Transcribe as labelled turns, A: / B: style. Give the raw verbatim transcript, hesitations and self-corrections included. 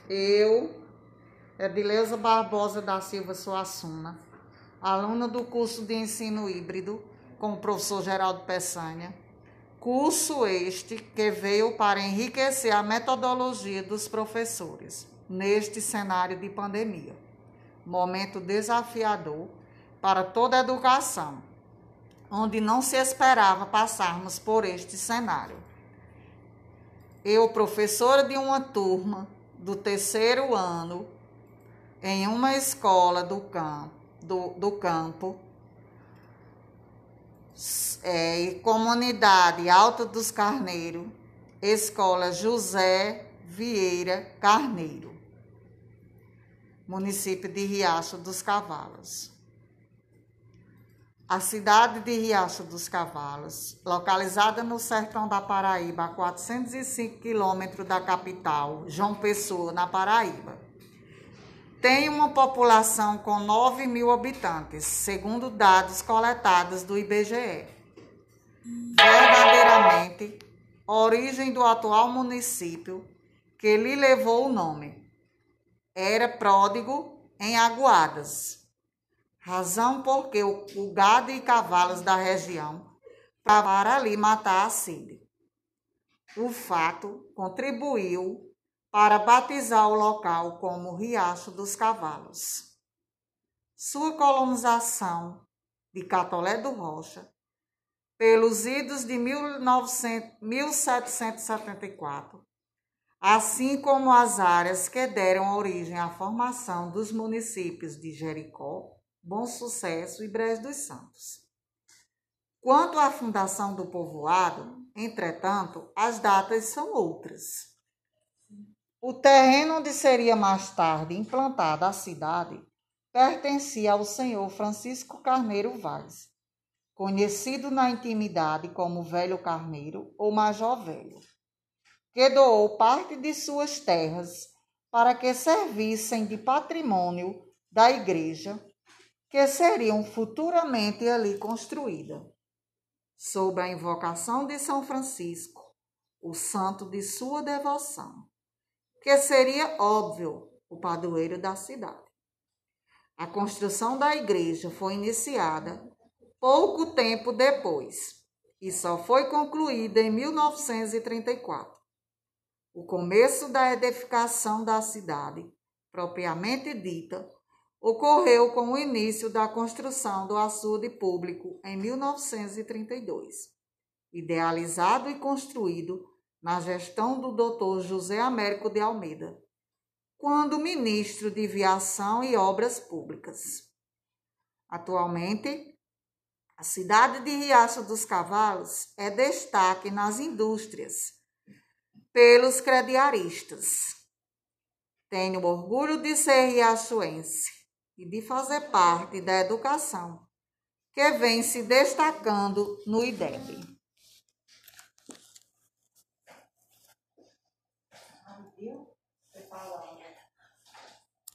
A: Eu, Edileuza Barbosa da Silva Suassuna, aluna do curso de ensino híbrido com o professor Geraldo Peçanha, curso este que veio para enriquecer a metodologia dos professores neste cenário de pandemia, momento desafiador para toda a educação, onde não se esperava passarmos por este cenário. Eu, professora de uma turma do terceiro ano, em uma escola do campo, do, do campo é, comunidade Alto dos Carneiros, escola José Vieira Carneiro, município de Riacho dos Cavalos. A cidade de Riacho dos Cavalos, localizada no sertão da Paraíba, a quatrocentos e cinco quilômetros da capital, João Pessoa, na Paraíba, tem uma população com nove mil habitantes, segundo dados coletados do I B G E. Verdadeiramente, origem do atual município que lhe levou o nome. Era pródigo em aguadas, razão porque o, o gado e cavalos da região para ali matar a sede. O fato contribuiu para batizar o local como Riacho dos Cavalos. Sua colonização de Catolé do Rocha, pelos idos de mil setecentos e setenta e quatro, assim como as áreas que deram origem à formação dos municípios de Jericó, Bom Sucesso e Brejo dos Santos. Quanto à fundação do povoado, entretanto, as datas são outras. O terreno onde seria mais tarde implantada a cidade pertencia ao senhor Francisco Carneiro Vaz, conhecido na intimidade como Velho Carneiro ou Major Velho, que doou parte de suas terras para que servissem de patrimônio da igreja, que seriam futuramente ali construídas, sob a invocação de São Francisco, o santo de sua devoção, que seria, óbvio, o padroeiro da cidade. A construção da igreja foi iniciada pouco tempo depois e só foi concluída em mil novecentos e trinta e quatro. O começo da edificação da cidade, propriamente dita, ocorreu com o início da construção do açude público em mil novecentos e trinta e dois, idealizado e construído na gestão do doutor José Américo de Almeida, quando ministro de Viação e Obras Públicas. Atualmente, a cidade de Riacho dos Cavalos é destaque nas indústrias pelos crediaristas. Tenho orgulho de ser riachuense e de fazer parte da educação que vem se destacando no I D E B.